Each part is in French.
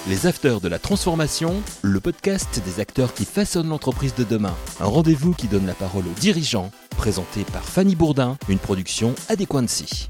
Les Afters de la Transformation, le podcast des acteurs qui façonnent l'entreprise de demain. Un rendez-vous qui donne la parole aux dirigeants, présenté par Fanny Bourdin, une production Adéquancy.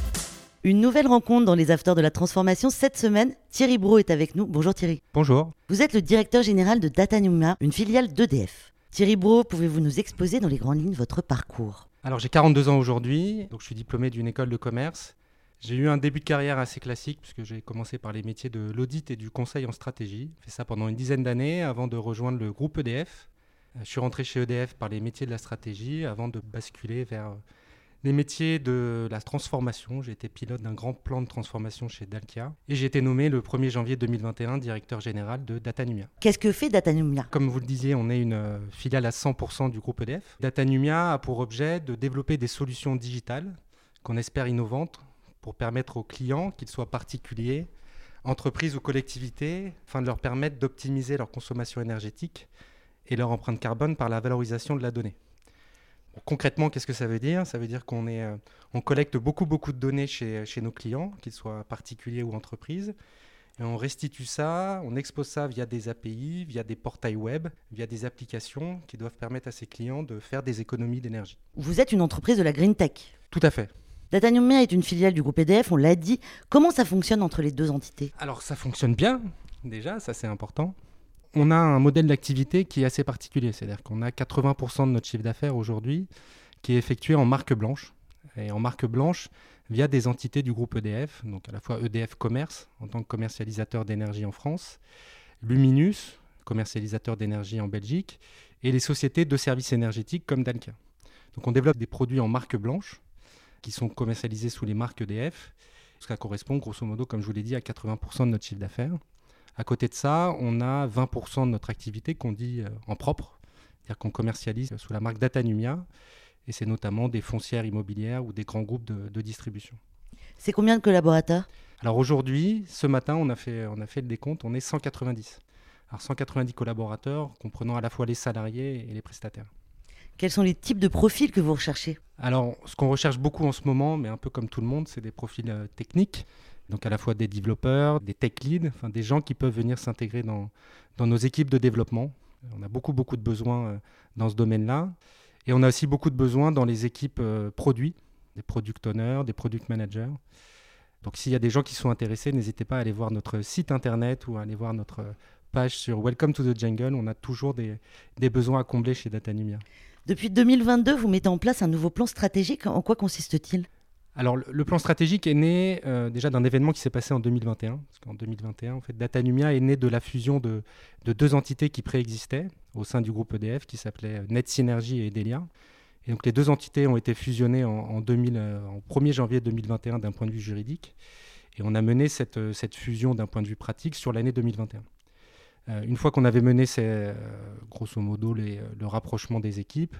Une nouvelle rencontre dans les Afters de la Transformation. Cette semaine, Thierry Brault est avec nous. Bonjour Thierry. Bonjour. Vous êtes le directeur général de Datanuma, une filiale d'EDF. Thierry Brault, pouvez-vous nous exposer dans les grandes lignes votre parcours ? Alors j'ai 42 ans aujourd'hui, donc je suis diplômé d'une école de commerce. J'ai eu un début de carrière assez classique puisque j'ai commencé par les métiers de l'audit et du conseil en stratégie. J'ai fait ça pendant une dizaine d'années avant de rejoindre le groupe EDF. Je suis rentré chez EDF par les métiers de la stratégie avant de basculer vers les métiers de la transformation. J'ai été pilote d'un grand plan de transformation chez Dalkia et j'ai été nommé le 1er janvier 2021 directeur général de Datanuma. Qu'est-ce que fait Datanuma ? Comme vous le disiez, on est une filiale à 100% du groupe EDF. Datanuma a pour objet de développer des solutions digitales qu'on espère innovantes pour permettre aux clients, qu'ils soient particuliers, entreprises ou collectivités, afin de leur permettre d'optimiser leur consommation énergétique et leur empreinte carbone par la valorisation de la donnée. Bon, concrètement, qu'est-ce que ça veut dire ? Ça veut dire qu'on collecte beaucoup de données chez nos clients, qu'ils soient particuliers ou entreprises, et on restitue ça, on expose ça via des API, via des portails web, via des applications qui doivent permettre à ces clients de faire des économies d'énergie. Vous êtes une entreprise de la Green Tech. Tout à fait. Datanuma est une filiale du groupe EDF, on l'a dit. Comment ça fonctionne entre les deux entités ? Alors ça fonctionne bien, déjà, ça c'est important. On a un modèle d'activité qui est assez particulier, c'est-à-dire qu'on a 80% de notre chiffre d'affaires aujourd'hui qui est effectué en marque blanche. Et en marque blanche via des entités du groupe EDF, donc à la fois EDF Commerce en tant que commercialisateur d'énergie en France, Luminus, commercialisateur d'énergie en Belgique, et les sociétés de services énergétiques comme Dalkia. Donc on développe des produits en marque blanche qui sont commercialisés sous les marques EDF. Ça correspond grosso modo, comme je vous l'ai dit, à 80% de notre chiffre d'affaires. À côté de ça, on a 20% de notre activité qu'on dit en propre, c'est-à-dire qu'on commercialise sous la marque Datanuma, et c'est notamment des foncières immobilières ou des grands groupes de distribution. C'est combien de collaborateurs ? Alors aujourd'hui, ce matin, on a fait le décompte, on est 190. Alors 190 collaborateurs, comprenant à la fois les salariés et les prestataires. Quels sont les types de profils que vous recherchez ? Alors, ce qu'on recherche beaucoup en ce moment, mais un peu comme tout le monde, c'est des profils techniques, donc à la fois des développeurs, des tech leads, enfin des gens qui peuvent venir s'intégrer dans nos équipes de développement. On a beaucoup de besoins dans ce domaine-là. Et on a aussi beaucoup de besoins dans les équipes produits, des product owners, des product managers. Donc s'il y a des gens qui sont intéressés, n'hésitez pas à aller voir notre site internet ou à aller voir notre page sur Welcome to the Jungle. On a toujours des besoins à combler chez Datanuma. Depuis 2022, vous mettez en place un nouveau plan stratégique. En quoi consiste-t-il ? Alors, le plan stratégique est né déjà d'un événement qui s'est passé en 2021. Parce qu'en 2021, en fait, Datanuma est né de la fusion de deux entités qui préexistaient au sein du groupe EDF, qui s'appelaient Net Synergy et Delia. Et donc, les deux entités ont été fusionnées en 1er janvier 2021 d'un point de vue juridique. Et on a mené cette fusion d'un point de vue pratique sur l'année 2021. Une fois qu'on avait mené, grosso modo, le rapprochement des équipes,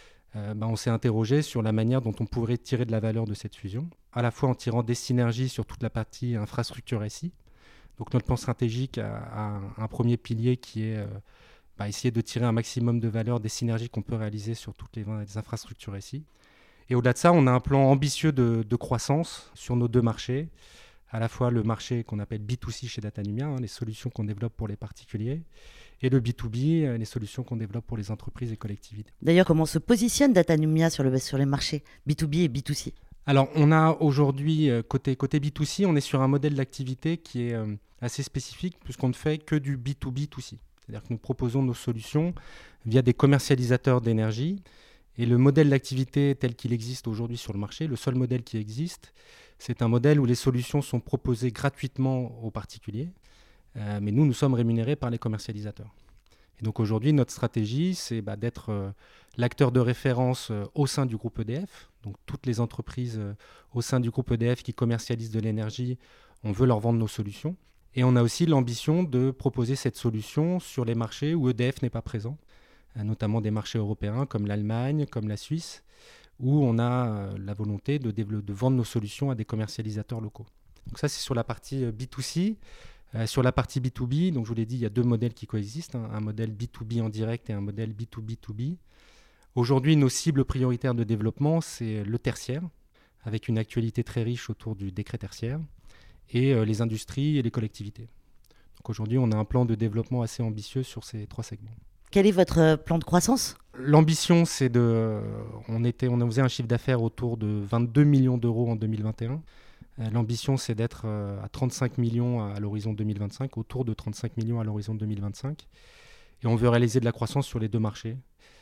on s'est interrogé sur la manière dont on pourrait tirer de la valeur de cette fusion, à la fois en tirant des synergies sur toute la partie infrastructure SI. Donc notre plan stratégique a un premier pilier qui est essayer de tirer un maximum de valeur des synergies qu'on peut réaliser sur toutes les infrastructures SI. Et au-delà de ça, on a un plan ambitieux de croissance sur nos deux marchés, à la fois le marché qu'on appelle B2C chez Datanuma, les solutions qu'on développe pour les particuliers, et le B2B, les solutions qu'on développe pour les entreprises et collectivités. D'ailleurs, comment se positionne Datanuma sur les marchés B2B et B2C ? Alors, on a aujourd'hui, côté B2C, on est sur un modèle d'activité qui est assez spécifique puisqu'on ne fait que du B2B2C. C'est-à-dire que nous proposons nos solutions via des commercialisateurs d'énergie. Et le modèle d'activité tel qu'il existe aujourd'hui sur le marché, le seul modèle qui existe, c'est un modèle où les solutions sont proposées gratuitement aux particuliers. Mais nous sommes rémunérés par les commercialisateurs. Et donc aujourd'hui, notre stratégie, c'est d'être l'acteur de référence au sein du groupe EDF. Donc toutes les entreprises au sein du groupe EDF qui commercialisent de l'énergie, on veut leur vendre nos solutions. Et on a aussi l'ambition de proposer cette solution sur les marchés où EDF n'est pas présent, notamment des marchés européens comme l'Allemagne, comme la Suisse, où on a la volonté de vendre nos solutions à des commercialisateurs locaux. Donc ça, c'est sur la partie B2C. Sur la partie B2B, donc je vous l'ai dit, il y a deux modèles qui coexistent, un modèle B2B en direct et un modèle B2B2B. Aujourd'hui, nos cibles prioritaires de développement, c'est le tertiaire, avec une actualité très riche autour du décret tertiaire, et les industries et les collectivités. Donc aujourd'hui, on a un plan de développement assez ambitieux sur ces 3 segments. Quel est votre plan de croissance ? L'ambition, c'est on faisait un chiffre d'affaires autour de 22 millions d'euros en 2021. L'ambition, c'est d'être à 35 millions à l'horizon 2025, autour de 35 millions à l'horizon 2025. Et on veut réaliser de la croissance sur les 2 marchés.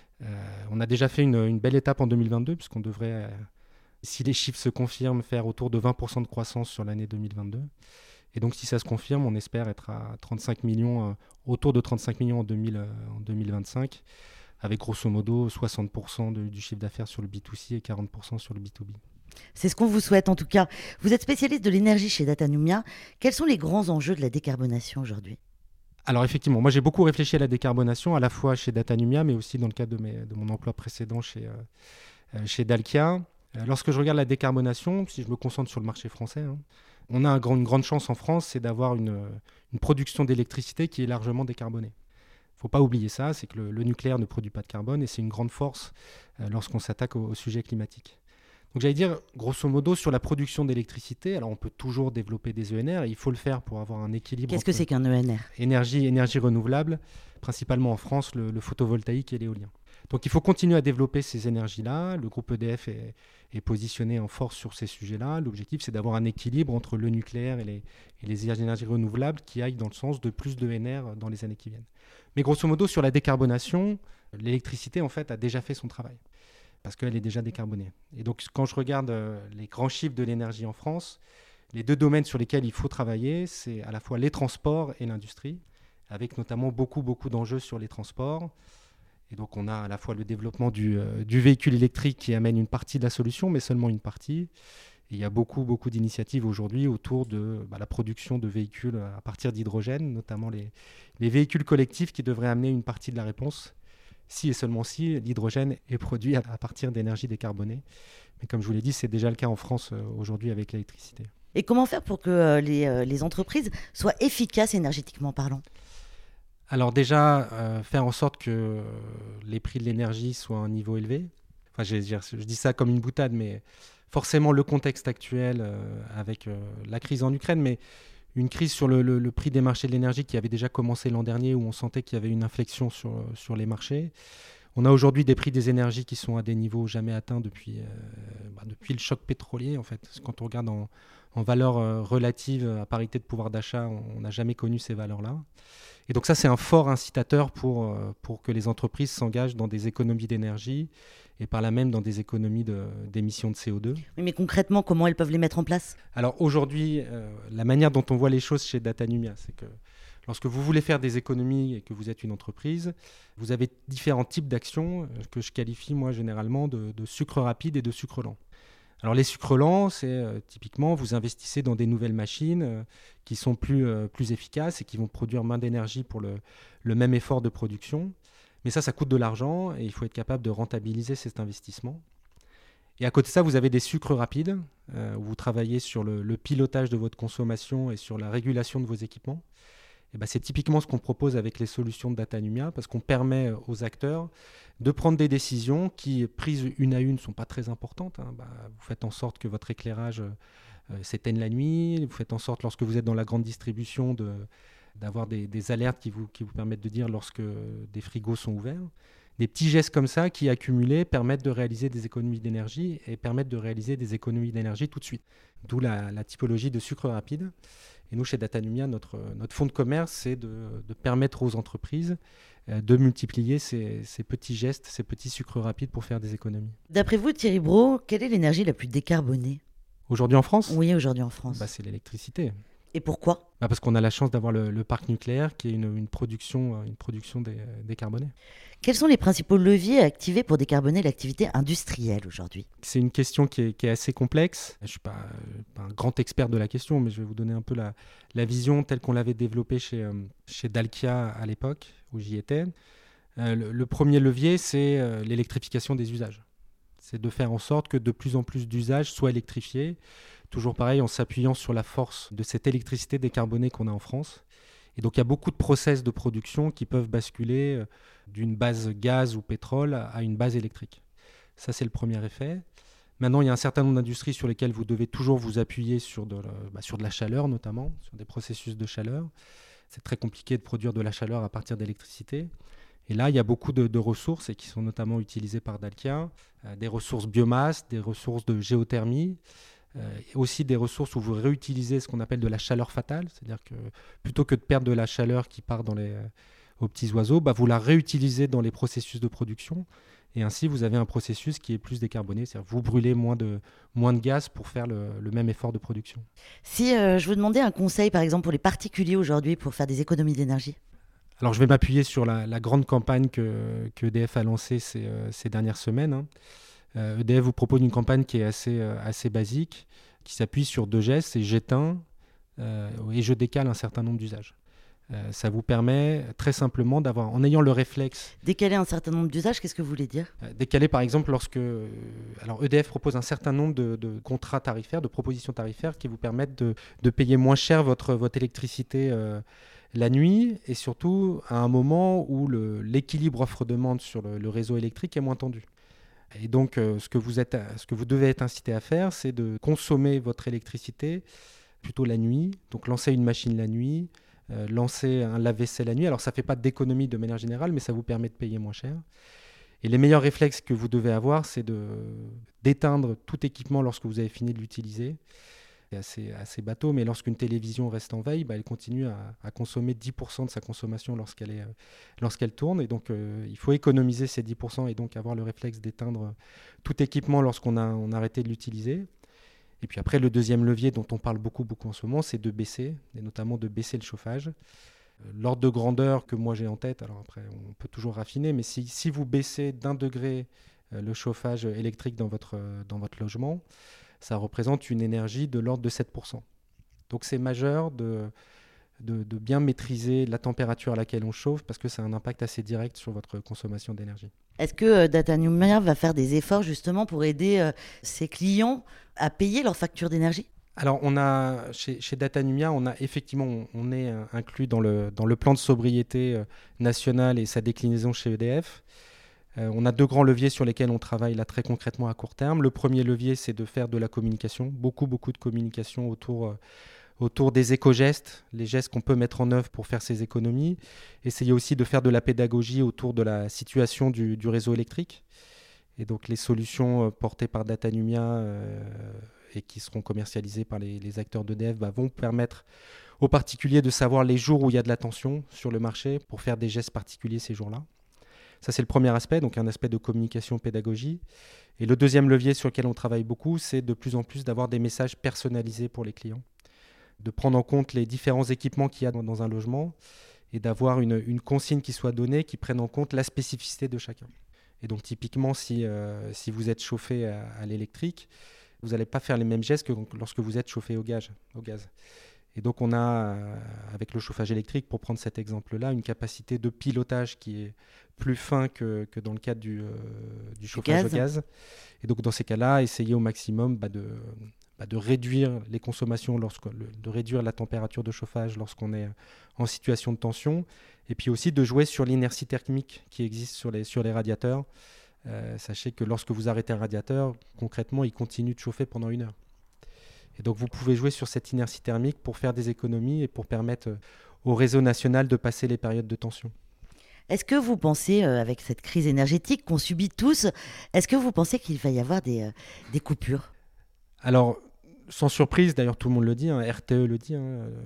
On a déjà fait une belle étape en 2022, puisqu'on devrait, si les chiffres se confirment, faire autour de 20% de croissance sur l'année 2022. Et donc, si ça se confirme, on espère être à 35 millions, autour de 35 millions en 2025, avec grosso modo 60% du chiffre d'affaires sur le B2C et 40% sur le B2B. C'est ce qu'on vous souhaite en tout cas. Vous êtes spécialiste de l'énergie chez Datanumia. Quels sont les grands enjeux de la décarbonation aujourd'hui ? Alors effectivement, moi j'ai beaucoup réfléchi à la décarbonation, à la fois chez Datanumia, mais aussi dans le cadre de mon emploi précédent chez Dalkia. Lorsque je regarde la décarbonation, si je me concentre sur le marché français, on a une grande chance en France, c'est d'avoir une production d'électricité qui est largement décarbonée. Il ne faut pas oublier ça, c'est que le nucléaire ne produit pas de carbone et c'est une grande force lorsqu'on s'attaque au sujet climatique. Donc j'allais dire, grosso modo, sur la production d'électricité, alors on peut toujours développer des ENR et il faut le faire pour avoir un équilibre. Qu'est-ce que c'est qu'un ENR ? Énergie renouvelable, principalement en France, le photovoltaïque et l'éolien. Donc il faut continuer à développer ces énergies-là. Le groupe EDF est positionné en force sur ces sujets-là. L'objectif, c'est d'avoir un équilibre entre le nucléaire et les énergies renouvelables qui aillent dans le sens de plus d'ENR dans les années qui viennent. Mais grosso modo, sur la décarbonation, l'électricité, en fait, a déjà fait son travail, parce qu'elle est déjà décarbonée. Et donc, quand je regarde les grands chiffres de l'énergie en France, les 2 domaines sur lesquels il faut travailler, c'est à la fois les transports et l'industrie, avec notamment beaucoup d'enjeux sur les transports. Et donc, on a à la fois le développement du véhicule électrique qui amène une partie de la solution, mais seulement une partie. Et il y a beaucoup d'initiatives aujourd'hui autour de la production de véhicules à partir d'hydrogène, notamment les véhicules collectifs qui devraient amener une partie de la réponse. Si et seulement si l'hydrogène est produit à partir d'énergie décarbonée. Mais comme je vous l'ai dit, c'est déjà le cas en France aujourd'hui avec l'électricité. Et comment faire pour que les entreprises soient efficaces énergétiquement parlant ? Alors déjà, faire en sorte que les prix de l'énergie soient à un niveau élevé. Enfin, je dis ça comme une boutade, mais forcément le contexte actuel avec la crise en Ukraine, mais une crise sur le prix des marchés de l'énergie qui avait déjà commencé l'an dernier, où on sentait qu'il y avait une inflexion sur les marchés. On a aujourd'hui des prix des énergies qui sont à des niveaux jamais atteints depuis le choc pétrolier. En fait, quand on regarde en valeur relative à parité de pouvoir d'achat, on n'a jamais connu ces valeurs-là. Et donc ça, c'est un fort incitateur pour que les entreprises s'engagent dans des économies d'énergie et par là même dans des économies d'émissions de CO2. Oui, mais concrètement, comment elles peuvent les mettre en place ? Alors aujourd'hui, la manière dont on voit les choses chez Datanumia, c'est que lorsque vous voulez faire des économies et que vous êtes une entreprise, vous avez différents types d'actions que je qualifie moi généralement de sucre rapide et de sucre lent. Alors les sucres lents, c'est typiquement vous investissez dans des nouvelles machines qui sont plus efficaces et qui vont produire moins d'énergie pour le même effort de production. Mais ça coûte de l'argent et il faut être capable de rentabiliser cet investissement. Et à côté de ça, vous avez des sucres rapides où vous travaillez sur le pilotage de votre consommation et sur la régulation de vos équipements. Et c'est typiquement ce qu'on propose avec les solutions de Datanumia parce qu'on permet aux acteurs de prendre des décisions qui, prises une à une, ne sont pas très importantes. Vous faites en sorte que votre éclairage s'éteigne la nuit. Vous faites en sorte, lorsque vous êtes dans la grande distribution, d'avoir des alertes qui vous permettent de dire lorsque des frigos sont ouverts. Des petits gestes comme ça qui, accumulés, permettent de réaliser des économies d'énergie et permettent de réaliser des économies d'énergie tout de suite. D'où la typologie de sucre rapide. Et nous, chez Datanumia, notre fonds de commerce, c'est de permettre aux entreprises de multiplier ces petits gestes, ces petits sucres rapides pour faire des économies. D'après vous, Thierry Brault, quelle est l'énergie la plus décarbonée ? Aujourd'hui en France ? Oui, aujourd'hui en France. C'est l'électricité. Et pourquoi ? Parce qu'on a la chance d'avoir le parc nucléaire qui est une production décarbonée. Quels sont les principaux leviers à activer pour décarboner l'activité industrielle aujourd'hui ? C'est une question qui est assez complexe. Je ne suis pas un grand expert de la question, mais je vais vous donner un peu la vision telle qu'on l'avait développée chez Dalkia à l'époque, où j'y étais. Le premier levier, c'est l'électrification des usages. C'est de faire en sorte que de plus en plus d'usages soient électrifiés. Toujours pareil, en s'appuyant sur la force de cette électricité décarbonée qu'on a en France. Et donc, il y a beaucoup de process de production qui peuvent basculer d'une base gaz ou pétrole à une base électrique. Ça, c'est le premier effet. Maintenant, il y a un certain nombre d'industries sur lesquelles vous devez toujours vous appuyer sur de la chaleur, notamment, sur des processus de chaleur. c'est très compliqué de produire de la chaleur à partir d'électricité. Et là, il y a beaucoup de ressources et qui sont notamment utilisées par Dalkia, des ressources biomasse, des ressources de géothermie, aussi des ressources où vous réutilisez ce qu'on appelle de la chaleur fatale, c'est-à-dire que plutôt que de perdre de la chaleur qui part aux petits oiseaux, vous la réutilisez dans les processus de production. Et ainsi, vous avez un processus qui est plus décarboné, c'est-à-dire que vous brûlez moins de gaz pour faire le même effort de production. Si je vous demandais un conseil, par exemple, pour les particuliers aujourd'hui pour faire des économies d'énergie. Alors, je vais m'appuyer sur la grande campagne que EDF a lancée ces dernières semaines. EDF vous propose une campagne qui est assez basique, qui s'appuie sur 2 gestes, c'est j'éteins et je décale un certain nombre d'usages. Ça vous permet très simplement d'avoir, en ayant le réflexe... Décaler un certain nombre d'usages, qu'est-ce que vous voulez dire ? Décaler par exemple lorsque... Alors EDF propose un certain nombre de contrats tarifaires, de propositions tarifaires qui vous permettent de payer moins cher votre électricité la nuit et surtout à un moment où l'équilibre offre-demande sur le réseau électrique est moins tendu. Et donc ce que vous devez être incité à faire, c'est de consommer votre électricité plutôt la nuit, donc lancer une machine la nuit, lancer un lave-vaisselle la nuit. Alors ça ne fait pas d'économie de manière générale, mais ça vous permet de payer moins cher. Et les meilleurs réflexes que vous devez avoir, c'est d'éteindre tout équipement lorsque vous avez fini de l'utiliser. C'est assez bateau, mais lorsqu'une télévision reste en veille, elle continue à consommer 10% de sa consommation lorsqu'elle tourne. Et donc, il faut économiser ces 10% et donc avoir le réflexe d'éteindre tout équipement lorsqu'on a arrêté de l'utiliser. Et puis après, le deuxième levier dont on parle beaucoup en ce moment, c'est de baisser, et notamment de baisser le chauffage. L'ordre de grandeur que moi j'ai en tête, alors après on peut toujours raffiner, mais si vous baissez d'1 degré le chauffage électrique dans votre logement, ça représente une énergie de l'ordre de 7%. Donc c'est majeur de bien maîtriser la température à laquelle on chauffe parce que ça a un impact assez direct sur votre consommation d'énergie. Est-ce que Datanumia va faire des efforts justement pour aider ses clients à payer leurs factures d'énergie ? Alors chez Datanumia, on est inclus dans le plan de sobriété national et sa déclinaison chez EDF. On a 2 grands leviers sur lesquels on travaille là très concrètement à court terme. Le premier levier, c'est de faire de la communication, beaucoup de communication autour des éco-gestes, les gestes qu'on peut mettre en œuvre pour faire ces économies. Essayer aussi de faire de la pédagogie autour de la situation du réseau électrique. Et donc les solutions portées par Datanumia et qui seront commercialisées par les acteurs d'EDF vont permettre aux particuliers de savoir les jours où il y a de la tension sur le marché pour faire des gestes particuliers ces jours-là. Ça, c'est le premier aspect, donc un aspect de communication, pédagogie. Et le deuxième levier sur lequel on travaille beaucoup, c'est de plus en plus d'avoir des messages personnalisés pour les clients, de prendre en compte les différents équipements qu'il y a dans un logement et d'avoir une consigne qui soit donnée, qui prenne en compte la spécificité de chacun. Et donc typiquement, si vous êtes chauffé à l'électrique, vous n'allez pas faire les mêmes gestes que lorsque vous êtes chauffé au gaz. Et donc on a, avec le chauffage électrique, pour prendre cet exemple-là, une capacité de pilotage qui est plus fin que dans le cadre du chauffage au gaz. Et donc dans ces cas-là, essayer au maximum de réduire les consommations, de réduire la température de chauffage lorsqu'on est en situation de tension, et puis aussi de jouer sur l'inertie thermique qui existe sur les radiateurs. Sachez que lorsque vous arrêtez un radiateur, concrètement, il continue de chauffer pendant 1 heure. Et donc vous pouvez jouer sur cette inertie thermique pour faire des économies et pour permettre au réseau national de passer les périodes de tension. Est-ce que vous pensez, avec cette crise énergétique qu'on subit tous, est-ce que vous pensez qu'il va y avoir des coupures ? Alors, sans surprise, d'ailleurs tout le monde le dit, RTE le dit,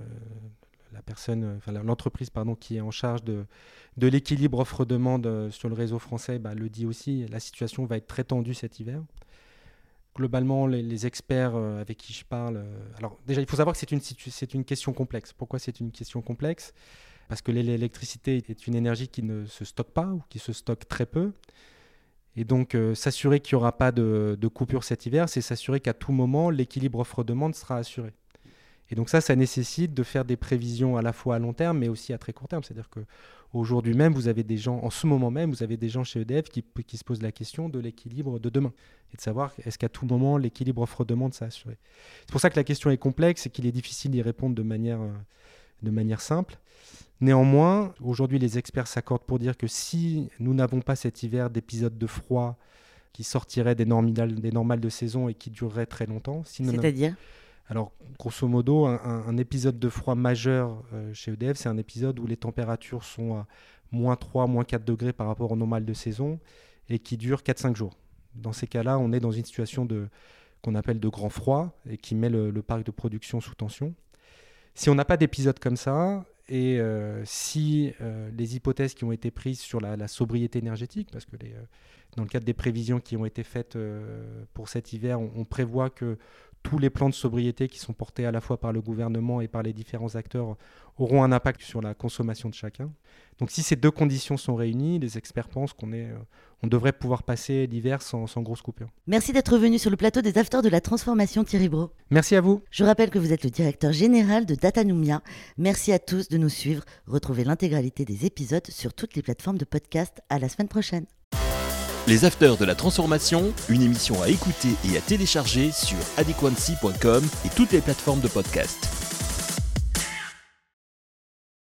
l'entreprise qui est en charge de l'équilibre offre-demande sur le réseau français le dit aussi, la situation va être très tendue cet hiver. Globalement, les experts avec qui je parle... alors déjà, il faut savoir que c'est une question complexe. Pourquoi c'est une question complexe ? Parce que l'électricité est une énergie qui ne se stocke pas ou qui se stocke très peu. Et donc, s'assurer qu'il n'y aura pas de coupure cet hiver, c'est s'assurer qu'à tout moment, l'équilibre offre-demande sera assuré. Et donc ça nécessite de faire des prévisions à la fois à long terme, mais aussi à très court terme. C'est-à-dire qu'aujourd'hui même, en ce moment même, vous avez des gens chez EDF qui se posent la question de l'équilibre de demain. Et de savoir, est-ce qu'à tout moment, l'équilibre offre-demande sera assuré. C'est pour ça que la question est complexe et qu'il est difficile d'y répondre de manière simple. Néanmoins, aujourd'hui, les experts s'accordent pour dire que si nous n'avons pas cet hiver d'épisodes de froid qui sortiraient des normales de saison et qui dureraient très longtemps... C'est-à-dire ? Alors, grosso modo, un épisode de froid majeur chez EDF, c'est un épisode où les températures sont à -3, -4 degrés par rapport au normal de saison et qui dure 4-5 jours. Dans ces cas-là, on est dans une situation qu'on appelle de grand froid et qui met le parc de production sous tension. Si on n'a pas d'épisode comme ça, et si les hypothèses qui ont été prises sur la sobriété énergétique, parce que dans le cadre des prévisions qui ont été faites pour cet hiver, on prévoit que tous les plans de sobriété qui sont portés à la fois par le gouvernement et par les différents acteurs auront un impact sur la consommation de chacun. Donc si ces deux conditions sont réunies, les experts pensent qu'on devrait pouvoir passer l'hiver sans grosse coupure. Merci d'être venu sur le plateau des Afters de la Transformation, Thierry Brault. Merci à vous. Je rappelle que vous êtes le directeur général de Datanumia. Merci à tous de nous suivre. Retrouvez l'intégralité des épisodes sur toutes les plateformes de podcast. À la semaine prochaine. Les Afters de la Transformation, une émission à écouter et à télécharger sur adequancy.com et toutes les plateformes de podcast.